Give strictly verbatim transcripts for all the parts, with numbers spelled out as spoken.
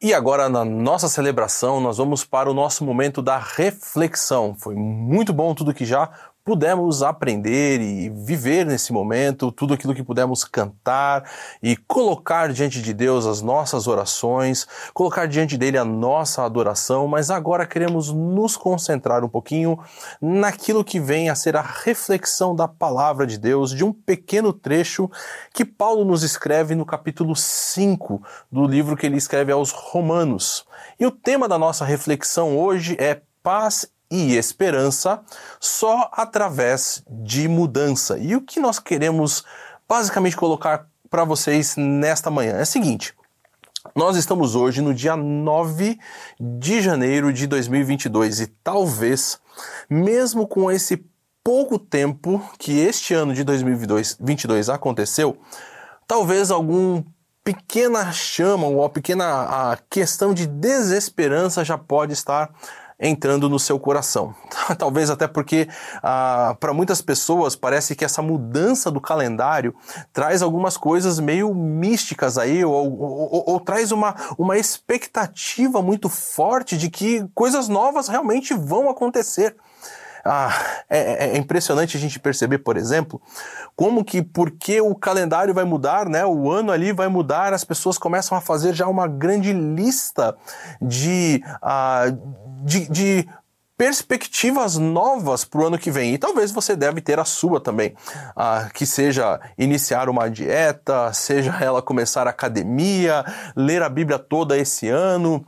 E agora, na nossa celebração, nós vamos para o nosso momento da reflexão. Foi muito bom tudo que já pudemos aprender e viver nesse momento, tudo aquilo que pudemos cantar e colocar diante de Deus as nossas orações, colocar diante dele a nossa adoração, mas agora queremos nos concentrar um pouquinho naquilo que vem a ser a reflexão da palavra de Deus, de um pequeno trecho que Paulo nos escreve no capítulo cinco do livro que ele escreve aos Romanos. E o tema da nossa reflexão hoje é paz e esperança só através de mudança. E o que nós queremos basicamente colocar para vocês nesta manhã é o seguinte: nós estamos hoje no dia nove de janeiro de dois mil e vinte e dois e talvez, mesmo com esse pouco tempo que este ano de dois mil e vinte e dois aconteceu, talvez algum pequena chama ou uma pequena a questão de desesperança já pode estar entrando no seu coração. Talvez até porque ah, para muitas pessoas parece que essa mudança do calendário traz algumas coisas meio místicas aí, ou, ou, ou, ou traz uma, uma expectativa muito forte de que coisas novas realmente vão acontecer. Ah, é, é impressionante a gente perceber, por exemplo, como que porque o calendário vai mudar, né, o ano ali vai mudar, as pessoas começam a fazer já uma grande lista de, ah, de, de perspectivas novas para o ano que vem. E talvez você deve ter a sua também, ah, que seja iniciar uma dieta, seja ela começar a academia, ler a Bíblia toda esse ano,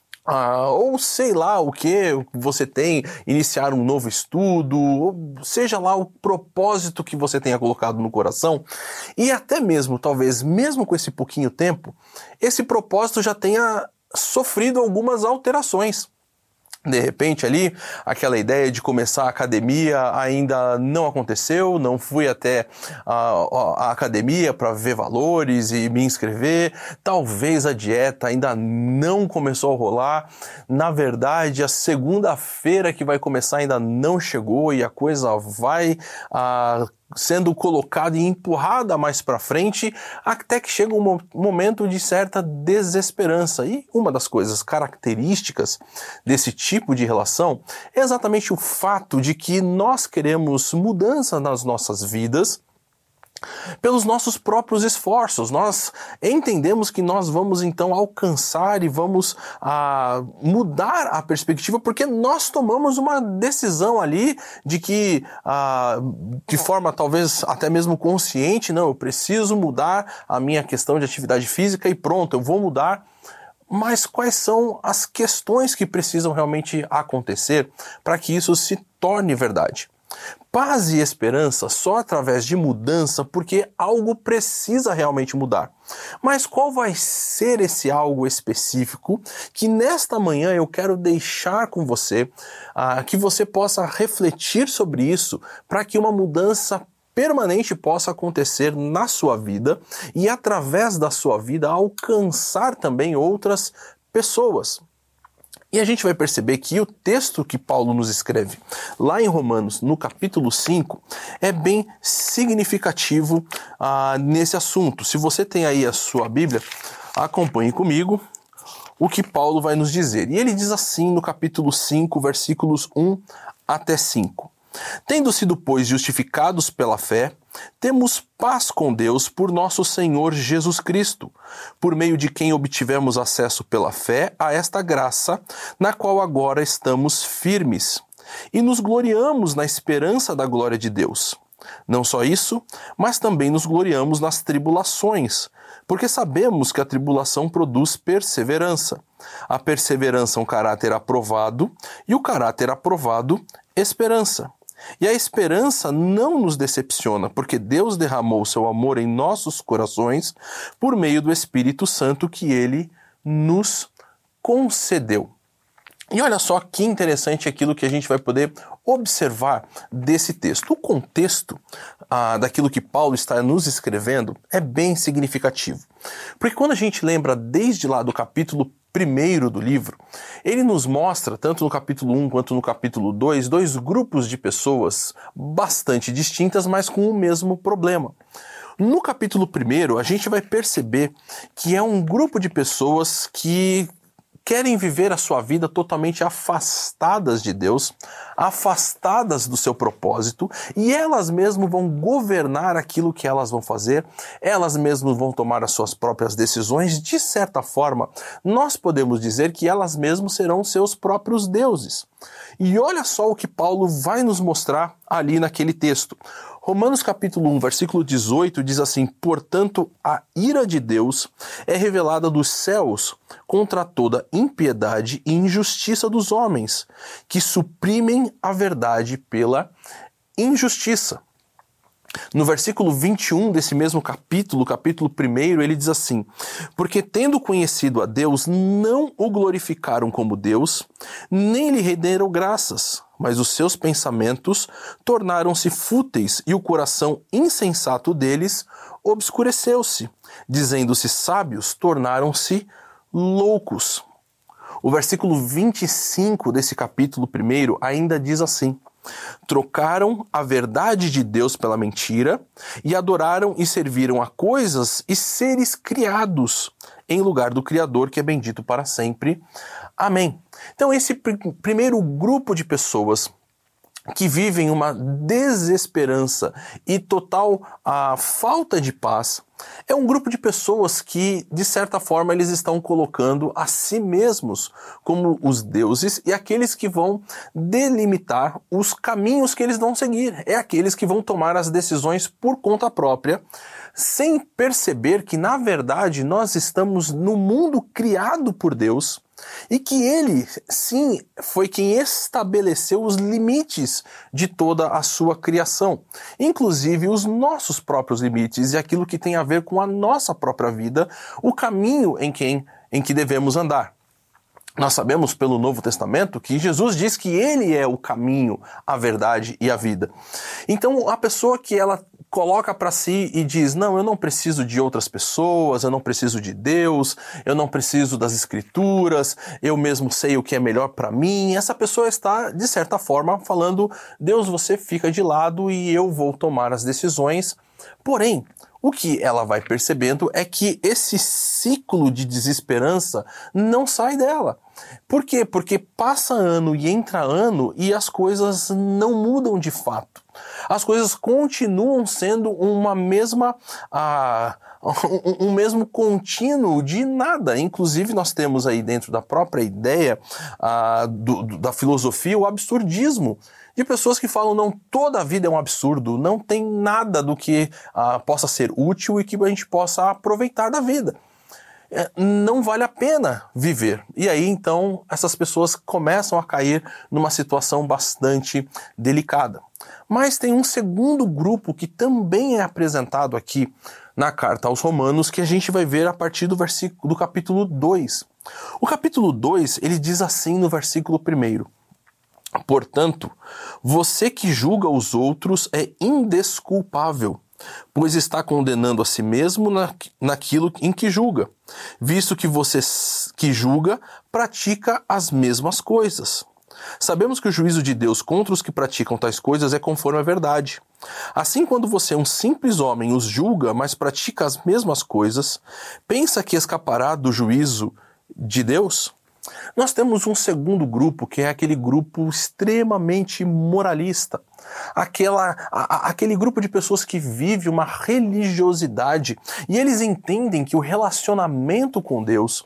Ah, ou sei lá o que você tem, iniciar um novo estudo, ou seja lá o propósito que você tenha colocado no coração, e até mesmo, talvez, mesmo com esse pouquinho tempo, esse propósito já tenha sofrido algumas alterações. De repente ali, aquela ideia de começar a academia ainda não aconteceu, não fui até a, a academia para ver valores e me inscrever, talvez a dieta ainda não começou a rolar, na verdade a segunda-feira que vai começar ainda não chegou e a coisa vai a, sendo colocada e empurrada mais para frente, até que chega um momento de certa desesperança. E uma das coisas características desse tipo de relação é exatamente o fato de que nós queremos mudança nas nossas vidas pelos nossos próprios esforços. Nós entendemos que nós vamos então alcançar e vamos ah, mudar a perspectiva porque nós tomamos uma decisão ali de que, ah, de forma talvez até mesmo consciente, não, eu preciso mudar a minha questão de atividade física e pronto, eu vou mudar. Mas quais são as questões que precisam realmente acontecer para que isso se torne verdade? Paz e esperança só através de mudança, porque algo precisa realmente mudar. Mas qual vai ser esse algo específico que nesta manhã eu quero deixar com você, uh, que você possa refletir sobre isso, para que uma mudança permanente possa acontecer na sua vida e através da sua vida alcançar também outras pessoas. E a gente vai perceber que o texto que Paulo nos escreve lá em Romanos, no capítulo cinco, é bem significativo ah, nesse assunto. Se você tem aí a sua Bíblia, acompanhe comigo o que Paulo vai nos dizer. E ele diz assim no capítulo cinco, versículos um até cinco. Tendo sido, pois, justificados pela fé, temos paz com Deus por nosso Senhor Jesus Cristo, por meio de quem obtivemos acesso pela fé a esta graça, na qual agora estamos firmes, e nos gloriamos na esperança da glória de Deus. Não só isso, mas também nos gloriamos nas tribulações, porque sabemos que a tribulação produz perseverança. A perseverança é um caráter aprovado, e o caráter aprovado, esperança. E a esperança não nos decepciona, porque Deus derramou seu amor em nossos corações por meio do Espírito Santo que Ele nos concedeu. E olha só que interessante aquilo que a gente vai poder observar desse texto. O contexto ah, daquilo que Paulo está nos escrevendo é bem significativo. Porque quando a gente lembra desde lá do capítulo primeiro do livro, ele nos mostra, tanto no capítulo um quanto no capítulo dois, dois grupos de pessoas bastante distintas, mas com o mesmo problema. No capítulo primeiro, a gente vai perceber que é um grupo de pessoas que querem viver a sua vida totalmente afastadas de Deus, afastadas do seu propósito, e elas mesmas vão governar aquilo que elas vão fazer, elas mesmas vão tomar as suas próprias decisões. De certa forma, nós podemos dizer que elas mesmas serão seus próprios deuses. E olha só o que Paulo vai nos mostrar ali naquele texto. Romanos capítulo um, versículo dezoito diz assim: portanto, a ira de Deus é revelada dos céus contra toda impiedade e injustiça dos homens, que suprimem a verdade pela injustiça. No versículo vinte e um desse mesmo capítulo, capítulo um, ele diz assim: porque tendo conhecido a Deus, não o glorificaram como Deus, nem lhe renderam graças, mas os seus pensamentos tornaram-se fúteis e o coração insensato deles obscureceu-se. Dizendo-se sábios, tornaram-se loucos. O versículo vinte e cinco desse capítulo um ainda diz assim: trocaram a verdade de Deus pela mentira e adoraram e serviram a coisas e seres criados em lugar do Criador, que é bendito para sempre. Amém. Então esse pr- primeiro grupo de pessoas que vivem uma desesperança e total a falta de paz, é um grupo de pessoas que, de certa forma, eles estão colocando a si mesmos como os deuses e aqueles que vão delimitar os caminhos que eles vão seguir. É aqueles que vão tomar as decisões por conta própria, sem perceber que, na verdade, nós estamos no mundo criado por Deus, e que ele, sim, foi quem estabeleceu os limites de toda a sua criação, inclusive os nossos próprios limites e aquilo que tem a ver com a nossa própria vida, o caminho em, quem, em que devemos andar. Nós sabemos pelo Novo Testamento que Jesus diz que ele é o caminho, a verdade e a vida. Então, a pessoa que ela coloca para si e diz: não, eu não preciso de outras pessoas, eu não preciso de Deus, eu não preciso das Escrituras, eu mesmo sei o que é melhor para mim. Essa pessoa está, de certa forma, falando: Deus, você fica de lado e eu vou tomar as decisões. Porém, o que ela vai percebendo é que esse ciclo de desesperança não sai dela. Por quê? Porque passa ano e entra ano e as coisas não mudam de fato. As coisas continuam sendo uma mesma, ah, um, um mesmo contínuo de nada. Inclusive nós temos aí dentro da própria ideia ah, do, do, da filosofia o absurdismo. De pessoas que falam: não, toda a vida é um absurdo, não tem nada do que ah, possa ser útil e que a gente possa aproveitar da vida. É, não vale a pena viver. E aí, então, essas pessoas começam a cair numa situação bastante delicada. Mas tem um segundo grupo que também é apresentado aqui na carta aos Romanos, que a gente vai ver a partir do versículo do capítulo dois. O capítulo dois, ele diz assim no versículo primeiro: portanto, você que julga os outros é indesculpável, pois está condenando a si mesmo na, naquilo em que julga, visto que você que julga pratica as mesmas coisas. Sabemos que o juízo de Deus contra os que praticam tais coisas é conforme a verdade. Assim, quando você, um simples homem, os julga, mas pratica as mesmas coisas, pensa que escapará do juízo de Deus? Nós temos um segundo grupo, que é aquele grupo extremamente moralista. Aquela, a, aquele grupo de pessoas que vive uma religiosidade e eles entendem que o relacionamento com Deus,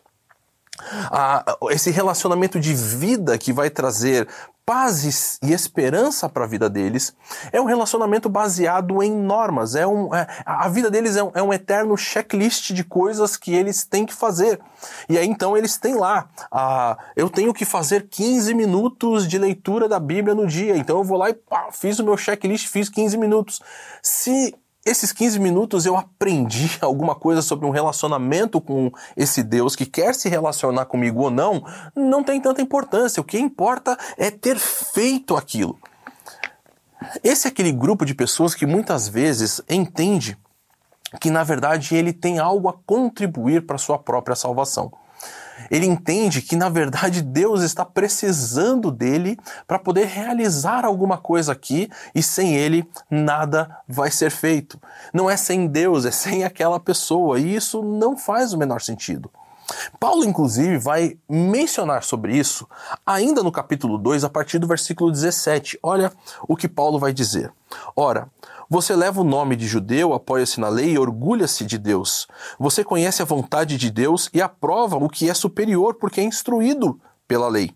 a, esse relacionamento de vida que vai trazer paz e esperança para a vida deles, é um relacionamento baseado em normas. É um, é, a vida deles é um, é um eterno checklist de coisas que eles têm que fazer. E aí então eles têm lá, ah, eu tenho que fazer quinze minutos de leitura da Bíblia no dia, então eu vou lá e pá, fiz o meu checklist, fiz quinze minutos. Se esses quinze minutos eu aprendi alguma coisa sobre um relacionamento com esse Deus que quer se relacionar comigo ou não, não tem tanta importância. O que importa é ter feito aquilo. Esse é aquele grupo de pessoas que muitas vezes entende que, na verdade, ele tem algo a contribuir para a sua própria salvação. Ele entende que, na verdade, Deus está precisando dele para poder realizar alguma coisa aqui e sem ele nada vai ser feito. Não é sem Deus, é sem aquela pessoa, e isso não faz o menor sentido. Paulo, inclusive, vai mencionar sobre isso ainda no capítulo dois, a partir do versículo dezessete. Olha o que Paulo vai dizer. Ora, você leva o nome de judeu, apoia-se na lei e orgulha-se de Deus. Você conhece a vontade de Deus e aprova o que é superior porque é instruído pela lei.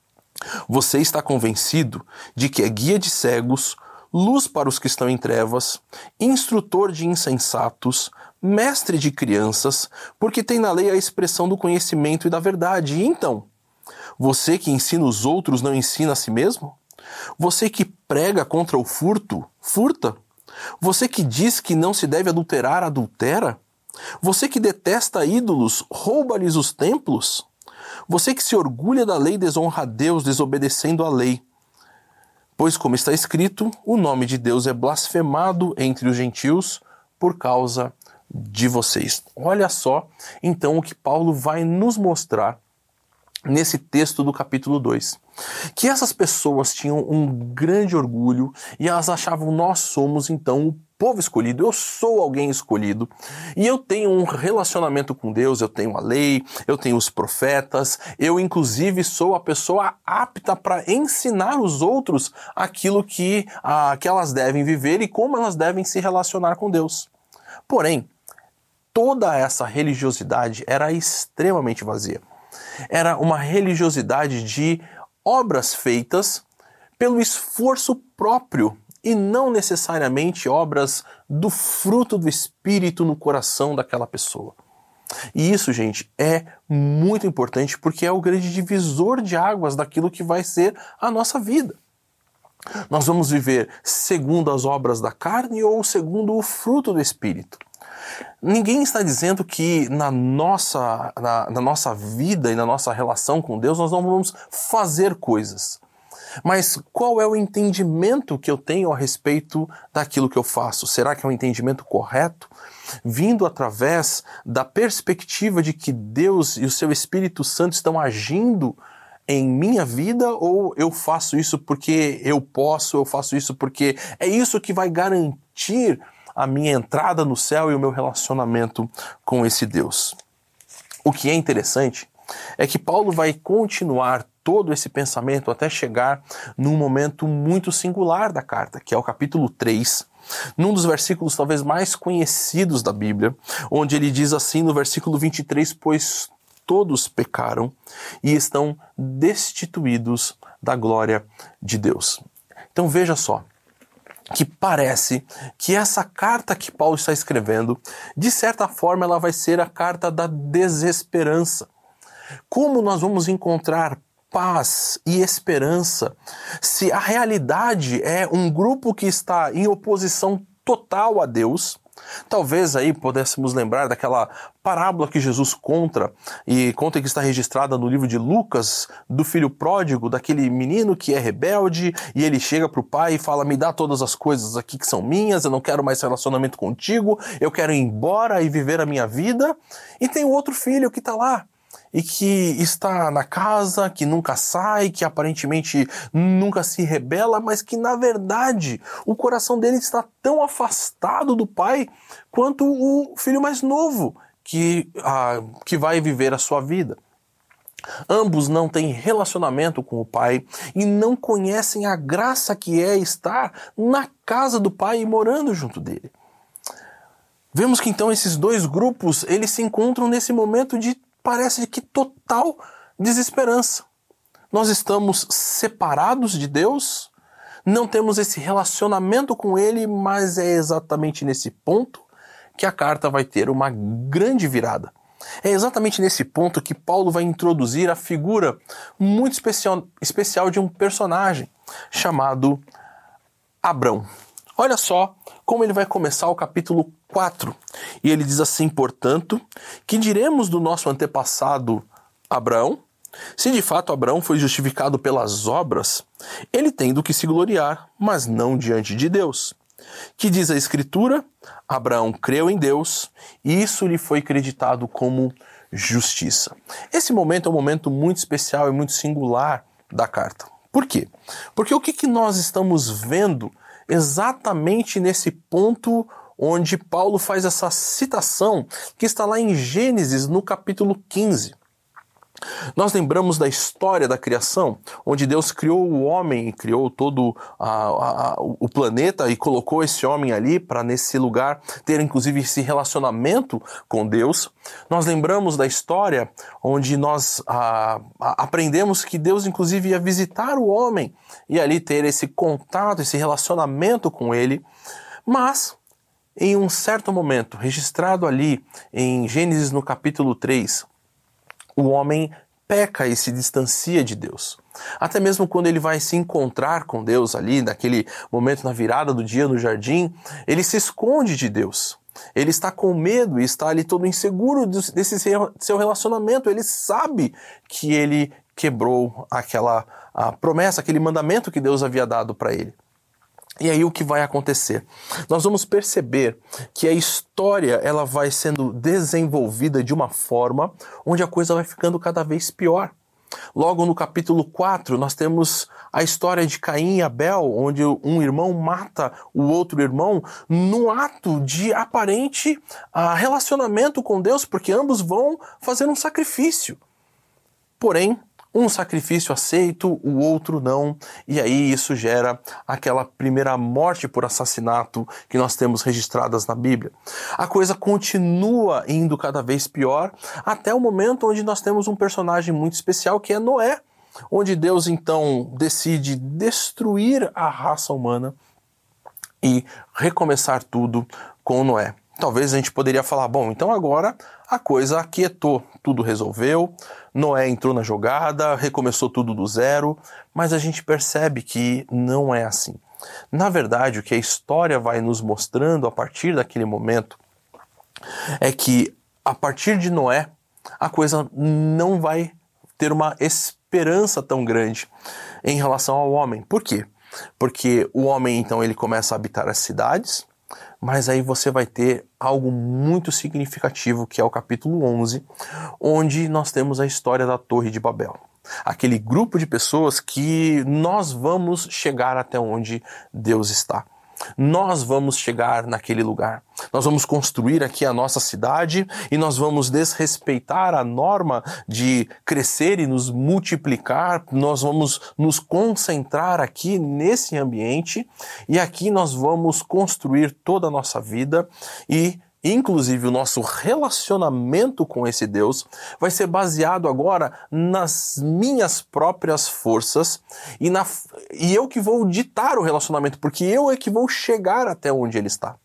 Você está convencido de que é guia de cegos, luz para os que estão em trevas, instrutor de insensatos, mestre de crianças, porque tem na lei a expressão do conhecimento e da verdade. E então, você que ensina os outros não ensina a si mesmo? Você que prega contra o furto, furta? Você que diz que não se deve adulterar, adultera? Você que detesta ídolos, rouba-lhes os templos? Você que se orgulha da lei desonra a Deus, desobedecendo a lei. Pois, como está escrito, o nome de Deus é blasfemado entre os gentios por causa de vocês. Olha só, então, o que Paulo vai nos mostrar nesse texto do capítulo dois. Que essas pessoas tinham um grande orgulho e elas achavam, nós somos então o povo escolhido, eu sou alguém escolhido e eu tenho um relacionamento com Deus, eu tenho a lei, eu tenho os profetas, eu inclusive sou a pessoa apta para ensinar os outros aquilo que, ah, que elas devem viver e como elas devem se relacionar com Deus. Porém, toda essa religiosidade era extremamente vazia. Era uma religiosidade de obras feitas pelo esforço próprio e não necessariamente obras do fruto do Espírito no coração daquela pessoa. E isso, gente, é muito importante porque é o grande divisor de águas daquilo que vai ser a nossa vida. Nós vamos viver segundo as obras da carne ou segundo o fruto do Espírito. Ninguém está dizendo que na nossa, na, na nossa vida e na nossa relação com Deus nós não vamos fazer coisas. Mas qual é o entendimento que eu tenho a respeito daquilo que eu faço? Será que é um entendimento correto? Vindo através da perspectiva de que Deus e o seu Espírito Santo estão agindo em minha vida, ou eu faço isso porque eu posso, eu faço isso porque é isso que vai garantir a minha entrada no céu e o meu relacionamento com esse Deus? O que é interessante é que Paulo vai continuar todo esse pensamento até chegar num momento muito singular da carta, que é o capítulo três, num dos versículos talvez mais conhecidos da Bíblia, onde ele diz assim no versículo vinte e três, pois todos pecaram e estão destituídos da glória de Deus. Então veja só, que parece que essa carta que Paulo está escrevendo, de certa forma ela vai ser a carta da desesperança. Como nós vamos encontrar paz e esperança se a realidade é um grupo que está em oposição total a Deus? Talvez aí pudéssemos lembrar daquela parábola que Jesus conta, e conta que está registrada no livro de Lucas, do filho pródigo, daquele menino que é rebelde, e ele chega para o pai e fala, me dá todas as coisas aqui que são minhas, eu não quero mais relacionamento contigo, eu quero ir embora e viver a minha vida. E tem o outro filho que está lá, e que está na casa, que nunca sai, que aparentemente nunca se rebela, mas que na verdade o coração dele está tão afastado do pai quanto o filho mais novo que, ah, que vai viver a sua vida. Ambos não têm relacionamento com o pai e não conhecem a graça que é estar na casa do pai e morando junto dele. Vemos que então esses dois grupos, eles se encontram nesse momento de, parece que, total desesperança. Nós estamos separados de Deus, não temos esse relacionamento com Ele, mas é exatamente nesse ponto que a carta vai ter uma grande virada. É exatamente nesse ponto que Paulo vai introduzir a figura muito especial, especial de um personagem chamado Abrão. Olha só como ele vai começar o capítulo quatro. E ele diz assim, portanto, que diremos do nosso antepassado Abraão? Se de fato Abraão foi justificado pelas obras, ele tem do que se gloriar, mas não diante de Deus. Que diz a Escritura? Abraão creu em Deus e isso lhe foi creditado como justiça. Esse momento é um momento muito especial e muito singular da carta. Por quê? Porque o que, que nós estamos vendo exatamente nesse ponto onde Paulo faz essa citação que está lá em Gênesis, no capítulo quinze. Nós lembramos da história da criação, onde Deus criou o homem, criou todo a, a, o planeta e colocou esse homem ali para nesse lugar ter inclusive esse relacionamento com Deus. Nós lembramos da história onde nós a, a, aprendemos que Deus inclusive ia visitar o homem e ali ter esse contato, esse relacionamento com ele, mas em um certo momento, registrado ali em Gênesis no capítulo três, o homem peca e se distancia de Deus. Até mesmo quando ele vai se encontrar com Deus ali, naquele momento na virada do dia no jardim, ele se esconde de Deus. Ele está com medo e está ali todo inseguro desse seu relacionamento. Ele sabe que ele quebrou aquela a promessa, aquele mandamento que Deus havia dado para ele. E aí o que vai acontecer? Nós vamos perceber que a história ela vai sendo desenvolvida de uma forma onde a coisa vai ficando cada vez pior. Logo no capítulo quatro nós temos a história de Caim e Abel, onde um irmão mata o outro irmão num ato de aparente uh, relacionamento com Deus, porque ambos vão fazer um sacrifício. Porém, um sacrifício aceito, o outro não, e aí isso gera aquela primeira morte por assassinato que nós temos registradas na Bíblia. A coisa continua indo cada vez pior, até o momento onde nós temos um personagem muito especial que é Noé, onde Deus então decide destruir a raça humana e recomeçar tudo com Noé. Talvez a gente poderia falar, bom, então agora a coisa aquietou, tudo resolveu, Noé entrou na jogada, recomeçou tudo do zero, mas a gente percebe que não é assim. Na verdade, o que a história vai nos mostrando a partir daquele momento é que a partir de Noé, a coisa não vai ter uma esperança tão grande em relação ao homem. Por quê? Porque o homem, então, ele começa a habitar as cidades, mas aí você vai ter algo muito significativo, que é o capítulo onze, onde nós temos a história da Torre de Babel. Aquele grupo de pessoas que nós vamos chegar até onde Deus está. Nós vamos chegar naquele lugar. Nós vamos construir aqui a nossa cidade e nós vamos desrespeitar a norma de crescer e nos multiplicar. Nós vamos nos concentrar aqui nesse ambiente e aqui nós vamos construir toda a nossa vida e inclusive o nosso relacionamento com esse Deus vai ser baseado agora nas minhas próprias forças e, na, e eu que vou ditar o relacionamento, porque eu é que vou chegar até onde ele está.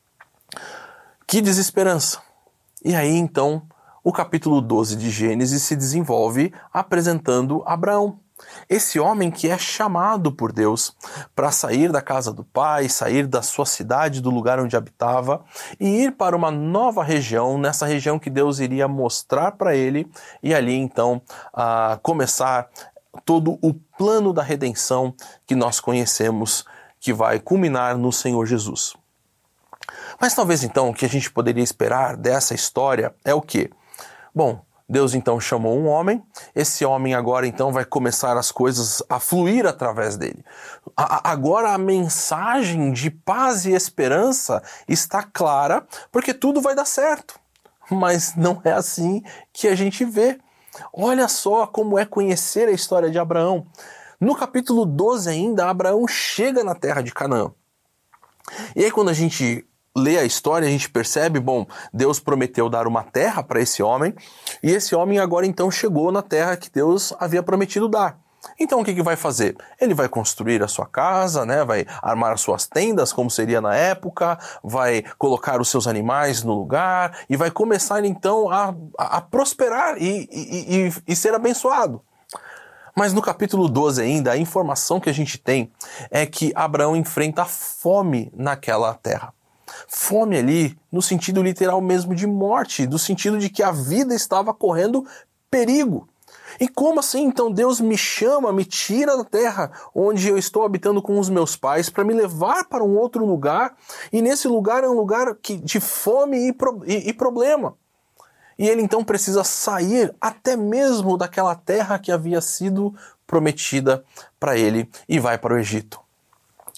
Que desesperança! E aí então o capítulo doze de Gênesis se desenvolve apresentando Abraão. Esse homem que é chamado por Deus para sair da casa do pai, sair da sua cidade, do lugar onde habitava e ir para uma nova região, nessa região que Deus iria mostrar para ele e ali então a começar todo o plano da redenção que nós conhecemos, que vai culminar no Senhor Jesus. Mas talvez então o que a gente poderia esperar dessa história é o quê? Bom, Deus então chamou um homem, esse homem agora então vai começar as coisas a fluir através dele. A, agora a mensagem de paz e esperança está clara, porque tudo vai dar certo. Mas não é assim que a gente vê. Olha só como é conhecer a história de Abraão. No capítulo doze ainda, Abraão chega na terra de Canaã. E aí quando a gente lê a história, a gente percebe, bom, Deus prometeu dar uma terra para esse homem, e esse homem agora então chegou na terra que Deus havia prometido dar. Então o que que vai fazer? Ele vai construir a sua casa, né? Vai armar as suas tendas, como seria na época, vai colocar os seus animais no lugar, e vai começar então a, a, a prosperar e, e, e, e ser abençoado. Mas no capítulo doze ainda, a informação que a gente tem é que Abraão enfrenta fome naquela terra. Fome ali no sentido literal mesmo de morte, do sentido de que a vida estava correndo perigo. E como assim então Deus me chama, me tira da terra onde eu estou habitando com os meus pais para me levar para um outro lugar, e nesse lugar é um lugar que, de fome e, pro, e, e problema. E ele então precisa sair até mesmo daquela terra que havia sido prometida para ele e vai para o Egito.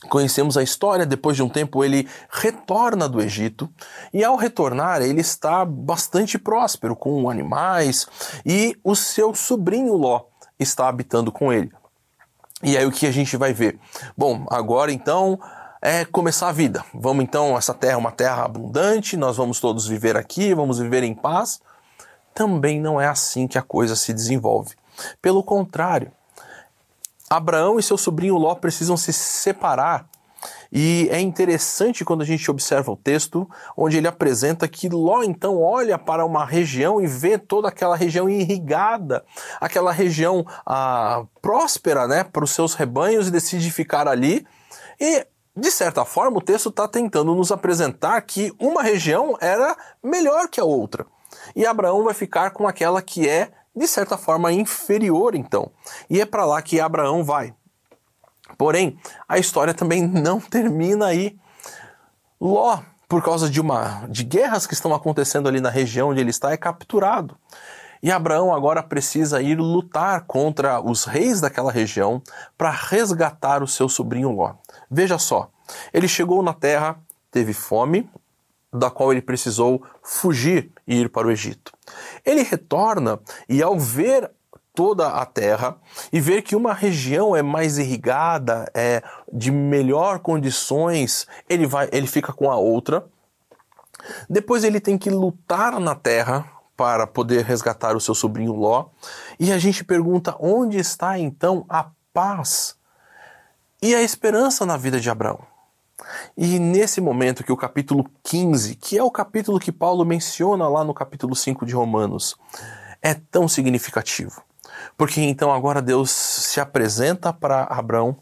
Conhecemos a história, depois de um tempo ele retorna do Egito, e ao retornar ele está bastante próspero, com animais, e o seu sobrinho Ló está habitando com ele. E aí o que a gente vai ver? Bom, agora então é começar a vida. Vamos então, essa terra é uma terra abundante, nós vamos todos viver aqui, vamos viver em paz. Também não é assim que a coisa se desenvolve. Pelo contrário, Abraão e seu sobrinho Ló precisam se separar. E é interessante quando a gente observa o texto, onde ele apresenta que Ló então olha para uma região e vê toda aquela região irrigada, aquela região ah, próspera, né, para os seus rebanhos, e decide ficar ali. E, de certa forma, o texto está tentando nos apresentar que uma região era melhor que a outra. E Abraão vai ficar com aquela que é, de certa forma, inferior, então. E é para lá que Abraão vai. Porém, a história também não termina aí. Ló, por causa de, uma, de guerras que estão acontecendo ali na região onde ele está, é capturado. E Abraão agora precisa ir lutar contra os reis daquela região para resgatar o seu sobrinho Ló. Veja só, ele chegou na terra, teve fome, da qual ele precisou fugir e ir para o Egito. Ele retorna e, ao ver toda a terra e ver que uma região é mais irrigada, é de melhor condições, ele vai, ele fica com a outra. Depois ele tem que lutar na terra para poder resgatar o seu sobrinho Ló. E a gente pergunta, onde está então a paz e a esperança na vida de Abraão? E nesse momento que o capítulo quinze, que é o capítulo que Paulo menciona lá no capítulo cinco de Romanos, é tão significativo. Porque então agora Deus se apresenta para Abraão,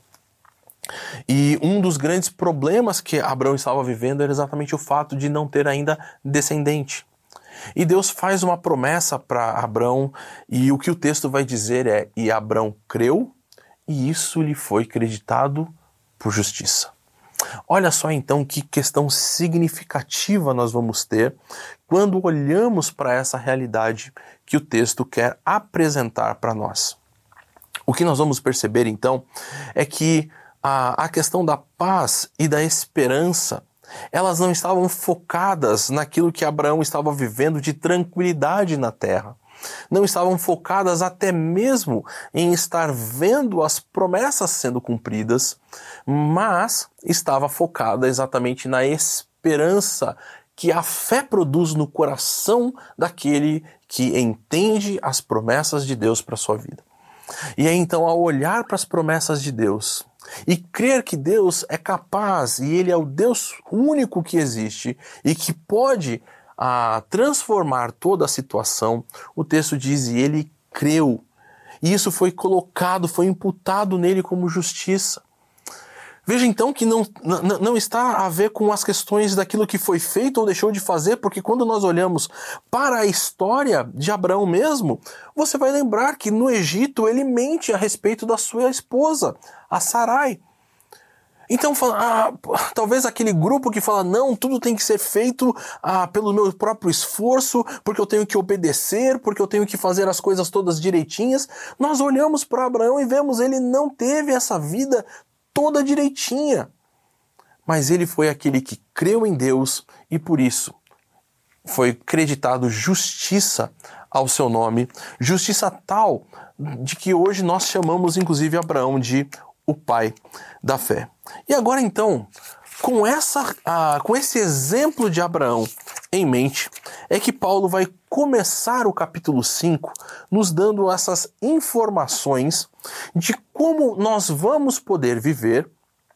e um dos grandes problemas que Abraão estava vivendo era exatamente o fato de não ter ainda descendente. E Deus faz uma promessa para Abraão, e o que o texto vai dizer é: e Abraão creu, e isso lhe foi creditado por justiça. Olha só então que questão significativa nós vamos ter quando olhamos para essa realidade que o texto quer apresentar para nós. O que nós vamos perceber então é que a, a questão da paz e da esperança, elas não estavam focadas naquilo que Abraão estava vivendo de tranquilidade na terra. Não estavam focadas até mesmo em estar vendo as promessas sendo cumpridas, mas estava focada exatamente na esperança que a fé produz no coração daquele que entende as promessas de Deus para a sua vida. E é então ao olhar para as promessas de Deus e crer que Deus é capaz e Ele é o Deus único que existe e que pode a transformar toda a situação, o texto diz, e ele creu. E isso foi colocado, foi imputado nele como justiça. Veja então que não, não, não está a ver com as questões daquilo que foi feito ou deixou de fazer, porque quando nós olhamos para a história de Abraão mesmo, você vai lembrar que no Egito ele mente a respeito da sua esposa, a Sarai. Então, ah, talvez aquele grupo que fala, não, tudo tem que ser feito ah, pelo meu próprio esforço, porque eu tenho que obedecer, porque eu tenho que fazer as coisas todas direitinhas. Nós olhamos para Abraão e vemos, ele não teve essa vida toda direitinha. Mas ele foi aquele que creu em Deus e por isso foi creditado justiça ao seu nome, justiça tal de que hoje nós chamamos inclusive Abraão de o pai da fé. E agora então, com, essa, ah, com esse exemplo de Abraão em mente, é que Paulo vai começar o capítulo cinco nos dando essas informações de como nós vamos poder viver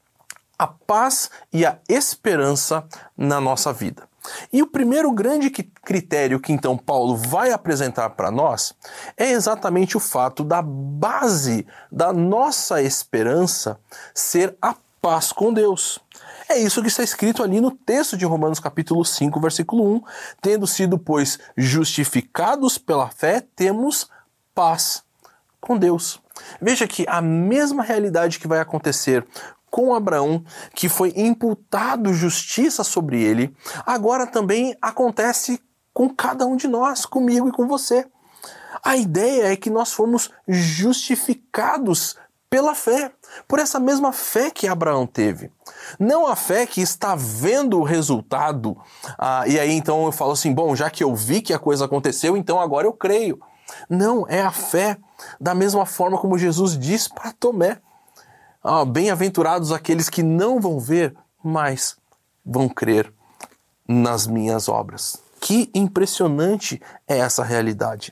a paz e a esperança na nossa vida. E o primeiro grande critério que então Paulo vai apresentar para nós é exatamente o fato da base da nossa esperança ser a paz com Deus. É isso que está escrito ali no texto de Romanos capítulo cinco, versículo um. Tendo sido, pois, justificados pela fé, temos paz com Deus. Veja que a mesma realidade que vai acontecer com Abraão, que foi imputado justiça sobre ele, agora também acontece com cada um de nós, comigo e com você. A ideia é que nós fomos justificados Pela fé, por essa mesma fé que Abraão teve. Não a fé que está vendo o resultado, ah, e aí então eu falo assim, bom, já que eu vi que a coisa aconteceu, então agora eu creio. Não, é a fé da mesma forma como Jesus diz para Tomé. Ah, bem-aventurados aqueles que não vão ver, mas vão crer nas minhas obras. Que impressionante é essa realidade.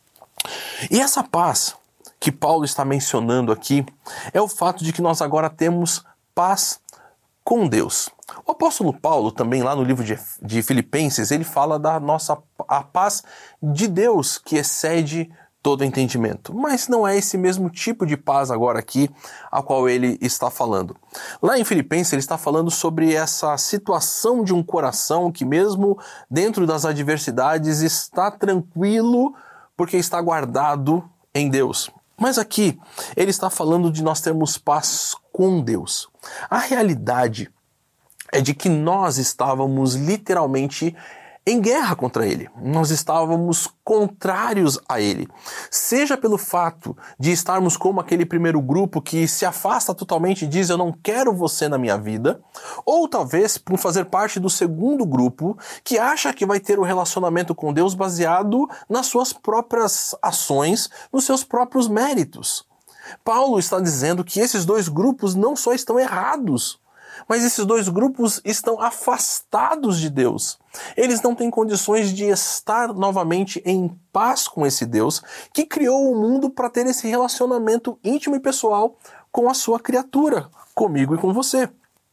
E essa paz que Paulo está mencionando aqui é o fato de que nós agora temos paz com Deus. O apóstolo Paulo, também lá no livro de, de Filipenses, ele fala da nossa a paz de Deus que excede todo entendimento. Mas não é esse mesmo tipo de paz agora aqui a qual ele está falando. Lá em Filipenses ele está falando sobre essa situação de um coração que mesmo dentro das adversidades está tranquilo porque está guardado em Deus. Mas aqui ele está falando de nós termos paz com Deus. A realidade é de que nós estávamos literalmente em guerra contra ele. Nós estávamos contrários a ele. Seja pelo fato de estarmos como aquele primeiro grupo que se afasta totalmente e diz eu não quero você na minha vida, ou talvez por fazer parte do segundo grupo que acha que vai ter um relacionamento com Deus baseado nas suas próprias ações, nos seus próprios méritos. Paulo está dizendo que esses dois grupos não só estão errados, mas esses dois grupos estão afastados de Deus. Eles não têm condições de estar novamente em paz com esse Deus que criou o mundo para ter esse relacionamento íntimo e pessoal com a sua criatura, comigo e com você.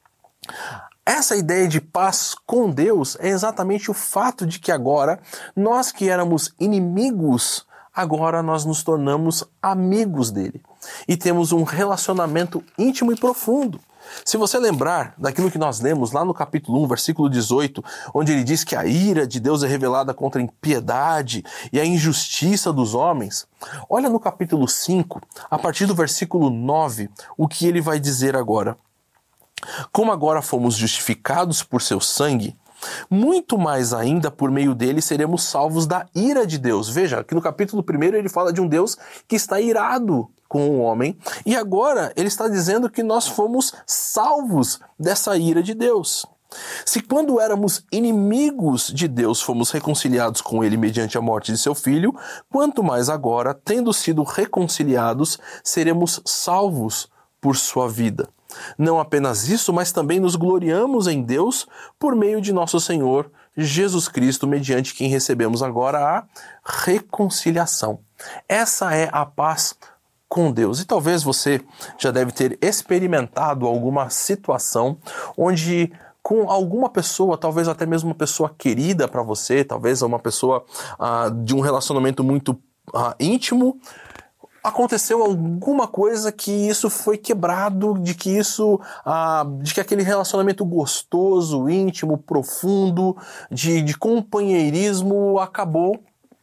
Essa ideia de paz com Deus é exatamente o fato de que agora, nós que éramos inimigos, agora nós nos tornamos amigos dele. E temos um relacionamento íntimo e profundo. Se você lembrar daquilo que nós lemos lá no capítulo um, versículo dezoito, onde ele diz que a ira de Deus é revelada contra a impiedade e a injustiça dos homens, olha no capítulo cinco, a partir do versículo nove, o que ele vai dizer agora. Como agora fomos justificados por seu sangue, muito mais ainda por meio dele seremos salvos da ira de Deus. Veja, aqui no capítulo primeiro ele fala de um Deus que está irado com o homem, e agora ele está dizendo que nós fomos salvos dessa ira de Deus. Se quando éramos inimigos de Deus fomos reconciliados com ele mediante a morte de seu filho, quanto mais agora, tendo sido reconciliados, seremos salvos por sua vida. Não apenas isso, mas também nos gloriamos em Deus por meio de nosso Senhor Jesus Cristo, mediante quem recebemos agora a reconciliação. Essa é a paz com Deus. E talvez você já deve ter experimentado alguma situação onde com alguma pessoa, talvez até mesmo uma pessoa querida para você, talvez uma pessoa ah, de um relacionamento muito ah, íntimo, aconteceu alguma coisa que isso foi quebrado, de que isso, ah, de que aquele relacionamento gostoso, íntimo, profundo, de, de companheirismo acabou.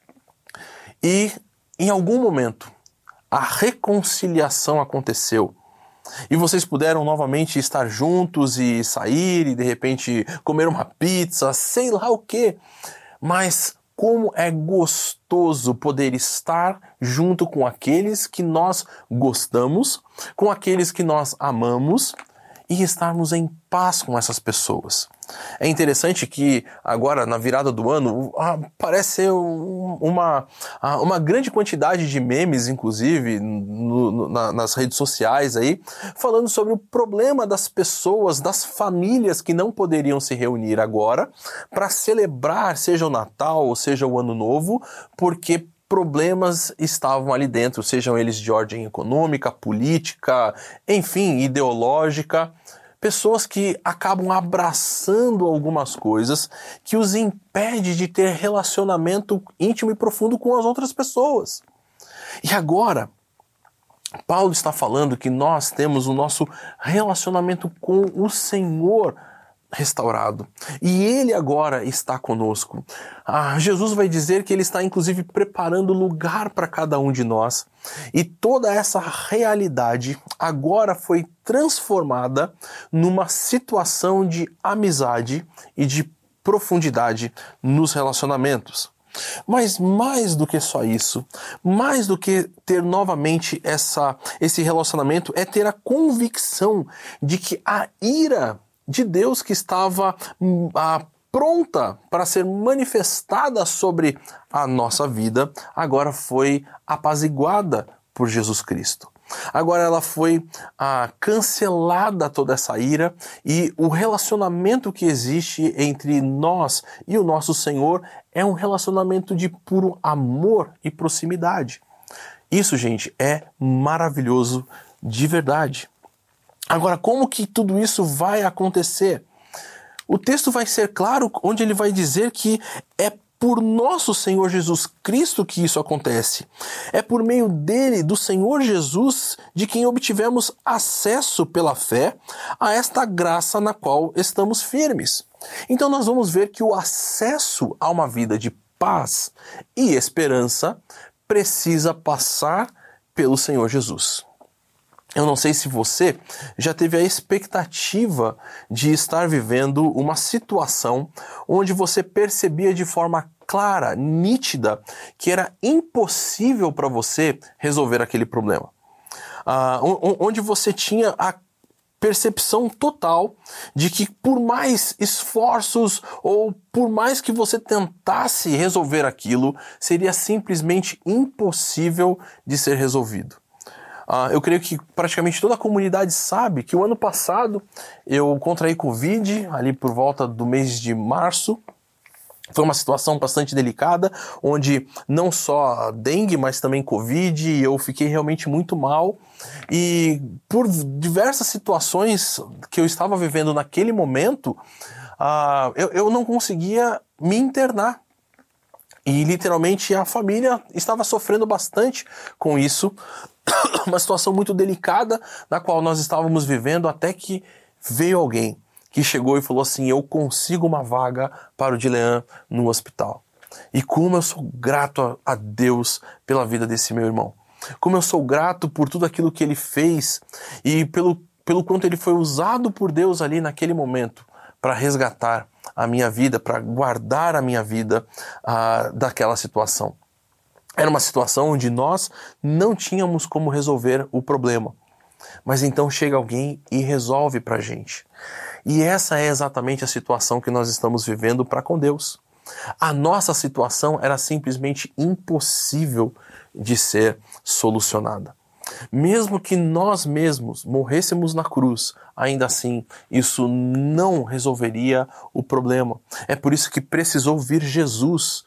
E em algum momento a reconciliação aconteceu. E vocês puderam novamente estar juntos e sair e de repente comer uma pizza, sei lá o quê. Mas como é gostoso poder estar junto com aqueles que nós gostamos, com aqueles que nós amamos e estarmos em paz com essas pessoas. É interessante que agora, na virada do ano, parece ser uma, uma grande quantidade de memes, inclusive, no, no, na, nas redes sociais aí, falando sobre o problema das pessoas, das famílias que não poderiam se reunir agora para celebrar, seja o Natal ou seja o Ano Novo, porque problemas estavam ali dentro, sejam eles de ordem econômica, política, enfim, ideológica. Pessoas que acabam abraçando algumas coisas que os impede de ter relacionamento íntimo e profundo com as outras pessoas. E agora, Paulo está falando que nós temos o nosso relacionamento com o Senhor restaurado. E Ele agora está conosco. Ah, Jesus vai dizer que Ele está inclusive preparando lugar para cada um de nós. E toda essa realidade agora foi transformada numa situação de amizade e de profundidade nos relacionamentos. Mas mais do que só isso, mais do que ter novamente essa, esse relacionamento, é ter a convicção de que a ira de Deus que estava a, pronta para ser manifestada sobre a nossa vida, agora foi apaziguada por Jesus Cristo. Agora ela foi ah, cancelada toda essa ira e o relacionamento que existe entre nós e o nosso Senhor é um relacionamento de puro amor e proximidade. Isso, gente, é maravilhoso de verdade. Agora, como que tudo isso vai acontecer? O texto vai ser claro onde ele vai dizer que é por nosso Senhor Jesus Cristo que isso acontece. É por meio dele, do Senhor Jesus, de quem obtivemos acesso pela fé a esta graça na qual estamos firmes. Então nós vamos ver que o acesso a uma vida de paz e esperança precisa passar pelo Senhor Jesus. Eu não sei se você já teve a expectativa de estar vivendo uma situação onde você percebia de forma clara, nítida, que era impossível para você resolver aquele problema. Ah, onde você tinha a percepção total de que por mais esforços ou por mais que você tentasse resolver aquilo, seria simplesmente impossível de ser resolvido. Uh, eu creio que praticamente toda a comunidade sabe que o ano passado eu contraí Covid, ali por volta do mês de março. Foi uma situação bastante delicada, onde não só dengue, mas também Covid, e eu fiquei realmente muito mal. E por diversas situações que eu estava vivendo naquele momento, uh, eu, eu não conseguia me internar. E literalmente a família estava sofrendo bastante com isso. Uma situação muito delicada na qual nós estávamos vivendo, até que veio alguém que chegou e falou assim: eu consigo uma vaga para o Dilean no hospital. E como eu sou grato a Deus pela vida desse meu irmão. Como eu sou grato por tudo aquilo que ele fez e pelo, pelo quanto ele foi usado por Deus ali naquele momento para resgatar a minha vida, para guardar a minha vida uh, daquela situação. Era uma situação onde nós não tínhamos como resolver o problema. Mas então chega alguém e resolve pra gente. E essa é exatamente a situação que nós estamos vivendo para com Deus. A nossa situação era simplesmente impossível de ser solucionada. Mesmo que nós mesmos morrêssemos na cruz, ainda assim, isso não resolveria o problema. É por isso que precisou vir Jesus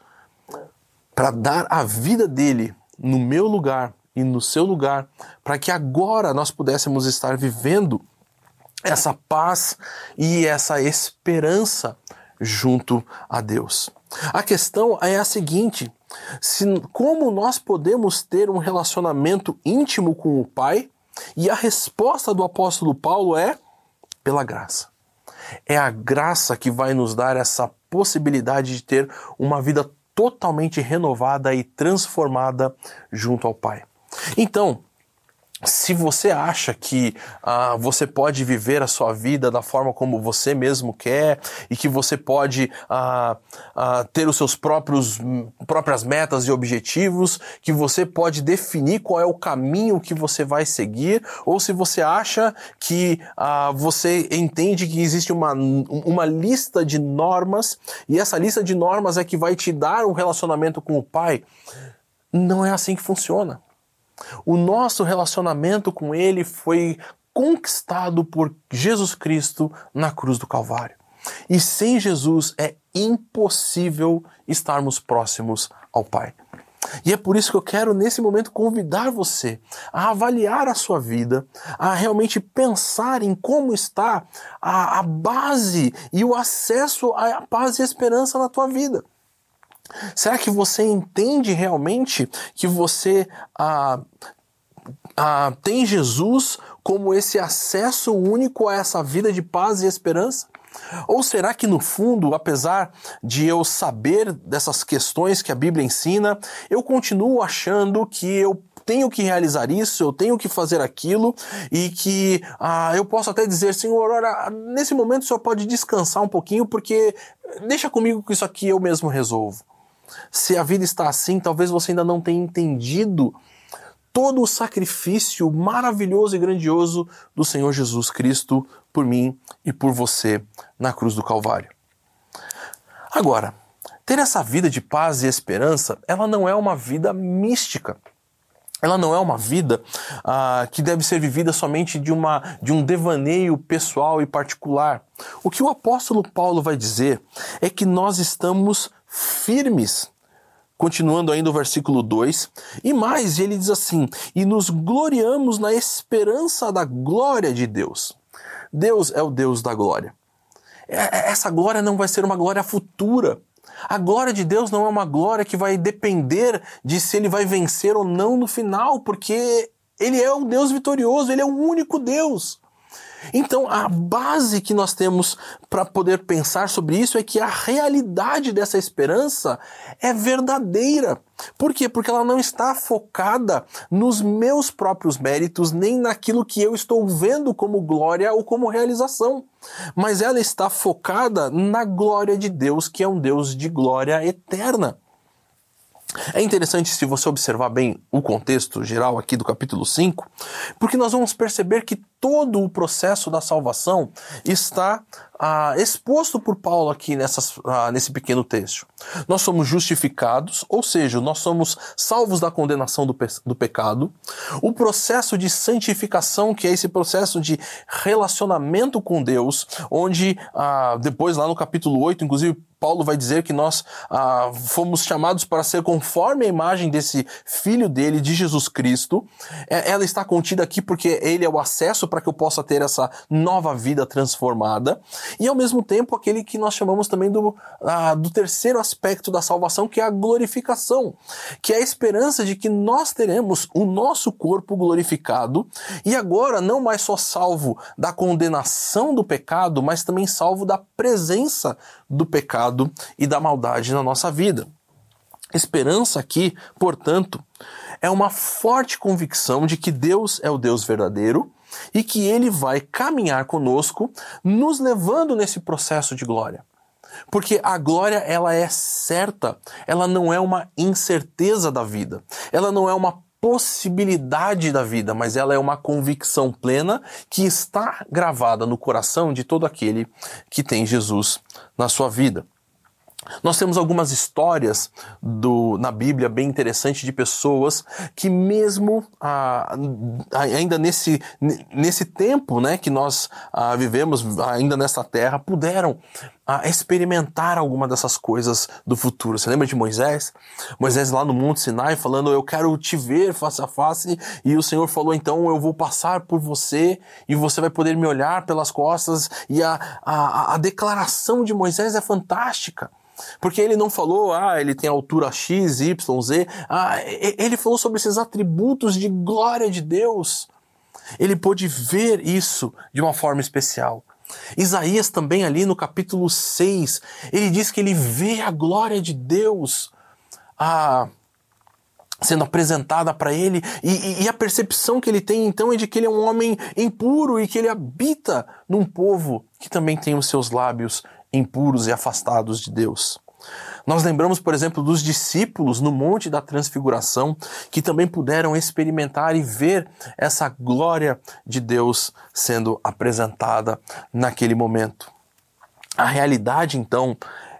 para dar a vida dele no meu lugar e no seu lugar, para que agora nós pudéssemos estar vivendo essa paz e essa esperança junto a Deus. A questão é a seguinte: se, como nós podemos ter um relacionamento íntimo com o Pai? E a resposta do apóstolo Paulo é pela graça. É a graça que vai nos dar essa possibilidade de ter uma vida totalmente renovada e transformada junto ao Pai. Então, se você acha que uh, você pode viver a sua vida da forma como você mesmo quer e que você pode uh, uh, ter os seus próprios próprias metas e objetivos, que você pode definir qual é o caminho que você vai seguir, ou se você acha que uh, você entende que existe uma, uma lista de normas e essa lista de normas é que vai te dar um relacionamento com o Pai, não é assim que funciona. O nosso relacionamento com Ele foi conquistado por Jesus Cristo na cruz do Calvário. E sem Jesus é impossível estarmos próximos ao Pai. E é por isso que eu quero, nesse momento, convidar você a avaliar a sua vida, a realmente pensar em como está a, a base e o acesso à paz e esperança na tua vida. Será que você entende realmente que você ah, ah, tem Jesus como esse acesso único a essa vida de paz e esperança? Ou será que no fundo, apesar de eu saber dessas questões que a Bíblia ensina, eu continuo achando que eu tenho que realizar isso, eu tenho que fazer aquilo e que ah, eu posso até dizer: Senhor, ora, nesse momento o Senhor pode descansar um pouquinho porque deixa comigo que isso aqui eu mesmo resolvo. se a vida está assim, talvez você ainda não tenha entendido todo o sacrifício maravilhoso e grandioso do Senhor Jesus Cristo por mim e por você na cruz do Calvário. Agora, ter essa vida de paz e esperança, ela não é uma vida mística. Ela não é uma vida ah, que deve ser vivida somente de, uma, de um devaneio pessoal e particular. O que o apóstolo Paulo vai dizer é que nós estamos firmes. Continuando ainda o versículo dois, e mais, ele diz assim, e nos gloriamos na esperança da glória de Deus. Deus é o Deus da glória. Essa glória não vai ser uma glória futura. A glória de Deus não é uma glória que vai depender de se ele vai vencer ou não no final, porque ele é o Deus vitorioso, ele é o único Deus. Então, a base que nós temos para poder pensar sobre isso é que a realidade dessa esperança é verdadeira. Por quê? Porque ela não está focada nos meus próprios méritos, nem naquilo que eu estou vendo como glória ou como realização. Mas ela está focada na glória de Deus, que é um Deus de glória eterna. É interessante se você observar bem o contexto geral aqui do capítulo cinco, porque nós vamos perceber que todo o processo da salvação está ah, exposto por Paulo aqui nessas, ah, nesse pequeno texto. Nós somos justificados, ou seja, nós somos salvos da condenação do, pe do pecado. O processo de santificação, que é esse processo de relacionamento com Deus, onde ah, depois lá no capítulo oito, inclusive, Paulo vai dizer que nós ah, fomos chamados para ser conforme a imagem desse Filho dele, de Jesus Cristo. É, ela está contida aqui porque ele é o acesso para que eu possa ter essa nova vida transformada. E ao mesmo tempo aquele que nós chamamos também do, ah, do terceiro aspecto da salvação, que é a glorificação, que é a esperança de que nós teremos o nosso corpo glorificado e agora não mais só salvo da condenação do pecado, mas também salvo da presença do pecado e da maldade na nossa vida. Esperança aqui, portanto, é uma forte convicção de que Deus é o Deus verdadeiro e que Ele vai caminhar conosco, nos levando nesse processo de glória. Porque a glória, ela é certa, ela não é uma incerteza da vida, ela não é uma possibilidade da vida, mas ela é uma convicção plena que está gravada no coração de todo aquele que tem Jesus na sua vida. Nós temos algumas histórias do, na Bíblia bem interessantes de pessoas que mesmo ah, ainda nesse, nesse tempo, né, que nós ah, vivemos ainda nessa terra, puderam ah, experimentar alguma dessas coisas do futuro. Você lembra de Moisés? Moisés lá no Monte Sinai falando, eu quero te ver face a face, e o Senhor falou, então eu vou passar por você e você vai poder me olhar pelas costas, e a, a, a declaração de Moisés é fantástica. Porque ele não falou, ah, ele tem altura X, Y, Z. Ah, ele falou sobre esses atributos de glória de Deus. Ele pôde ver isso de uma forma especial. Isaías também ali no capítulo seis, ele diz que ele vê a glória de Deus ah, sendo apresentada para ele, e, e a percepção que ele tem então é de que ele é um homem impuro e que ele habita num povo que também tem os seus lábios impuros e afastados de Deus. Nós lembramos, por exemplo, dos discípulos no Monte da Transfiguração, que também puderam experimentar e ver essa glória de Deus sendo apresentada naquele momento. A realidade, então,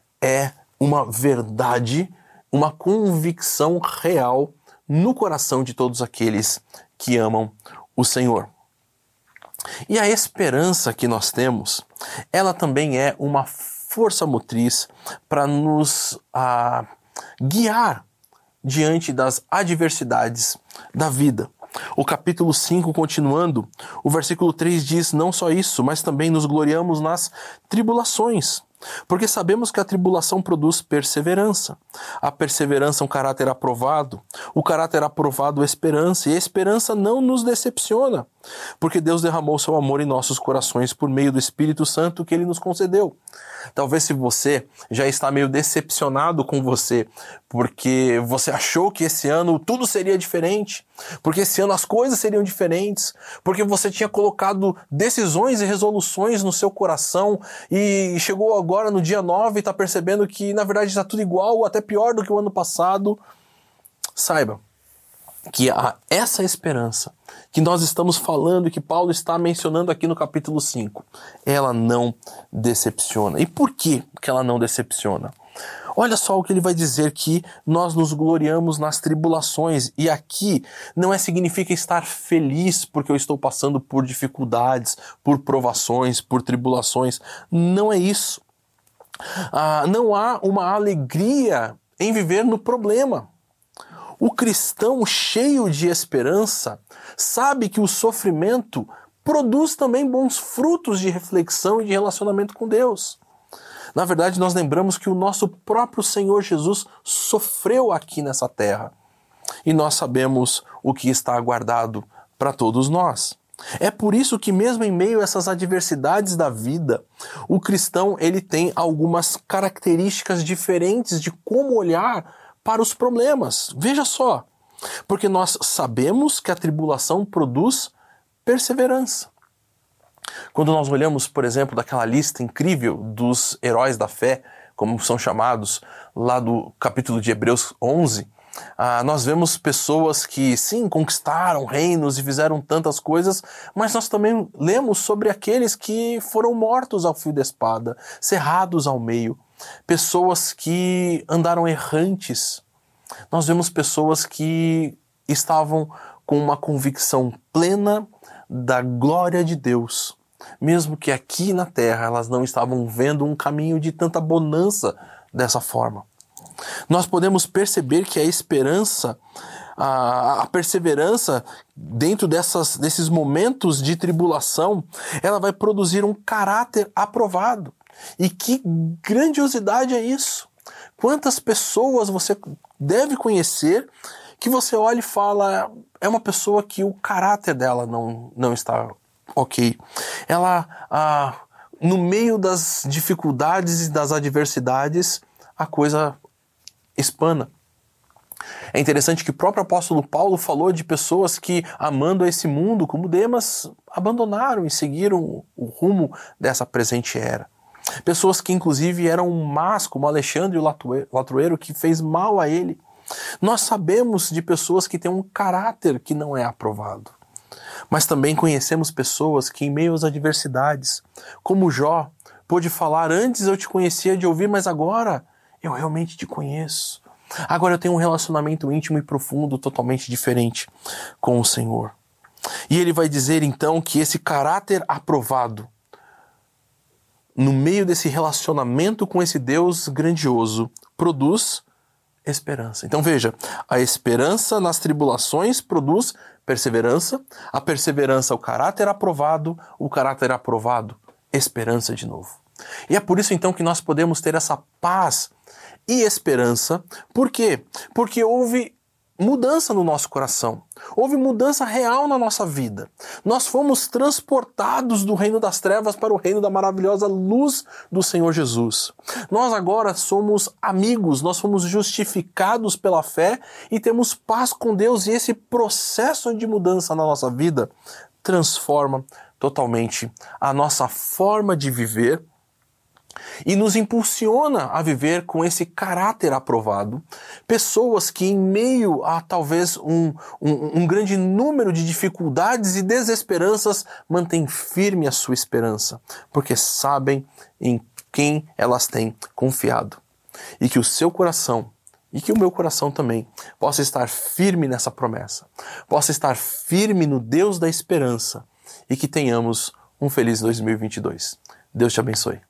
é uma verdade, uma convicção real no coração de todos aqueles que amam o Senhor. E a esperança que nós temos, ela também é uma força motriz para nos ah, guiar diante das adversidades da vida. O capítulo cinco, continuando, o versículo três diz, não só isso, mas também nos gloriamos nas tribulações, porque sabemos que a tribulação produz perseverança. A perseverança é um caráter aprovado, o caráter aprovado é esperança, e a esperança não nos decepciona, porque Deus derramou seu amor em nossos corações por meio do Espírito Santo que Ele nos concedeu. Talvez se você já está meio decepcionado com você, porque você achou que esse ano tudo seria diferente, porque esse ano as coisas seriam diferentes, porque você tinha colocado decisões e resoluções no seu coração e chegou agora no dia nove e está percebendo que na verdade está tudo igual ou até pior do que o ano passado, saiba que há essa esperança que nós estamos falando e que Paulo está mencionando aqui no capítulo cinco, ela não decepciona. E por que que ela não decepciona? Olha só o que ele vai dizer, que nós nos gloriamos nas tribulações, e aqui não é significa estar feliz porque eu estou passando por dificuldades, por provações, por tribulações. Não é isso. Ah, não há uma alegria em viver no problema. O cristão cheio de esperança sabe que o sofrimento produz também bons frutos de reflexão e de relacionamento com Deus. Na verdade, nós lembramos que o nosso próprio Senhor Jesus sofreu aqui nessa terra. E nós sabemos o que está aguardado para todos nós. É por isso que mesmo em meio a essas adversidades da vida, o cristão ele tem algumas características diferentes de como olhar para os problemas. Veja só, porque nós sabemos que a tribulação produz perseverança. Quando nós olhamos, por exemplo, daquela lista incrível dos heróis da fé, como são chamados, lá do capítulo de Hebreus onze, ah, nós vemos pessoas que, sim, conquistaram reinos e fizeram tantas coisas, mas nós também lemos sobre aqueles que foram mortos ao fio da espada, cerrados ao meio. Pessoas que andaram errantes. Nós vemos pessoas que estavam com uma convicção plena da glória de Deus, mesmo que aqui na terra elas não estavam vendo um caminho de tanta bonança dessa forma. Nós podemos perceber que a esperança, a, a perseverança dentro dessas, desses momentos de tribulação, ela vai produzir um caráter aprovado. E que grandiosidade é isso! Quantas pessoas você deve conhecer que você olha e fala, é uma pessoa que o caráter dela não, não está ok. Ela, ah, no meio das dificuldades e das adversidades, a coisa espana. É interessante que o próprio apóstolo Paulo falou de pessoas que, amando esse mundo como Demas, abandonaram e seguiram o rumo dessa presente era. Pessoas que inclusive eram más, como Alexandre o Latrueiro, que fez mal a ele. Nós sabemos de pessoas que têm um caráter que não é aprovado. Mas também conhecemos pessoas que em meio às adversidades, como Jó, pôde falar, antes eu te conhecia de ouvir, mas agora eu realmente te conheço. Agora eu tenho um relacionamento íntimo e profundo totalmente diferente com o Senhor. E ele vai dizer então que esse caráter aprovado, no meio desse relacionamento com esse Deus grandioso, produz esperança. Então veja, a esperança nas tribulações produz perseverança, a perseverança, o caráter aprovado, o caráter aprovado, esperança de novo. E é por isso então que nós podemos ter essa paz e esperança. Por quê? Porque houve mudança no nosso coração. Houve mudança real na nossa vida. Nós fomos transportados do reino das trevas para o reino da maravilhosa luz do Senhor Jesus. Nós agora somos amigos, nós fomos justificados pela fé e temos paz com Deus, e esse processo de mudança na nossa vida transforma totalmente a nossa forma de viver e nos impulsiona a viver com esse caráter aprovado. Pessoas que em meio a talvez um, um, um grande número de dificuldades e desesperanças mantêm firme a sua esperança, porque sabem em quem elas têm confiado. E que o seu coração, e que o meu coração também, possa estar firme nessa promessa, possa estar firme no Deus da esperança, e que tenhamos um feliz dois mil e vinte e dois. Deus te abençoe.